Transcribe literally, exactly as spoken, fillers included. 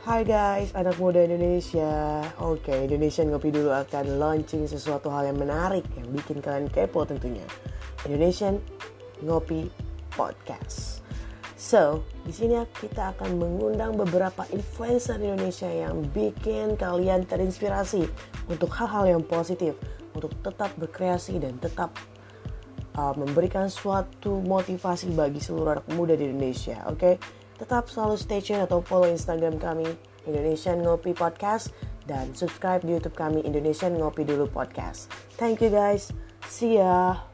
Hai guys, anak muda Indonesia. Oke, Indonesian Ngopi Dulu akan launching sesuatu hal yang menarik yang bikin kalian kepo tentunya. Indonesian Ngopi Podcast. So, di sini kita akan mengundang beberapa influencer Indonesia yang bikin kalian terinspirasi untuk hal-hal yang positif, untuk tetap berkreasi dan tetap uh, memberikan suatu motivasi bagi seluruh anak muda di Indonesia. Oke. Okay? Tetap selalu stay tune atau follow Instagram kami Indonesian Ngopi Podcast dan subscribe di YouTube kami Indonesian Ngopi Dulu Podcast. Thank you guys. See ya.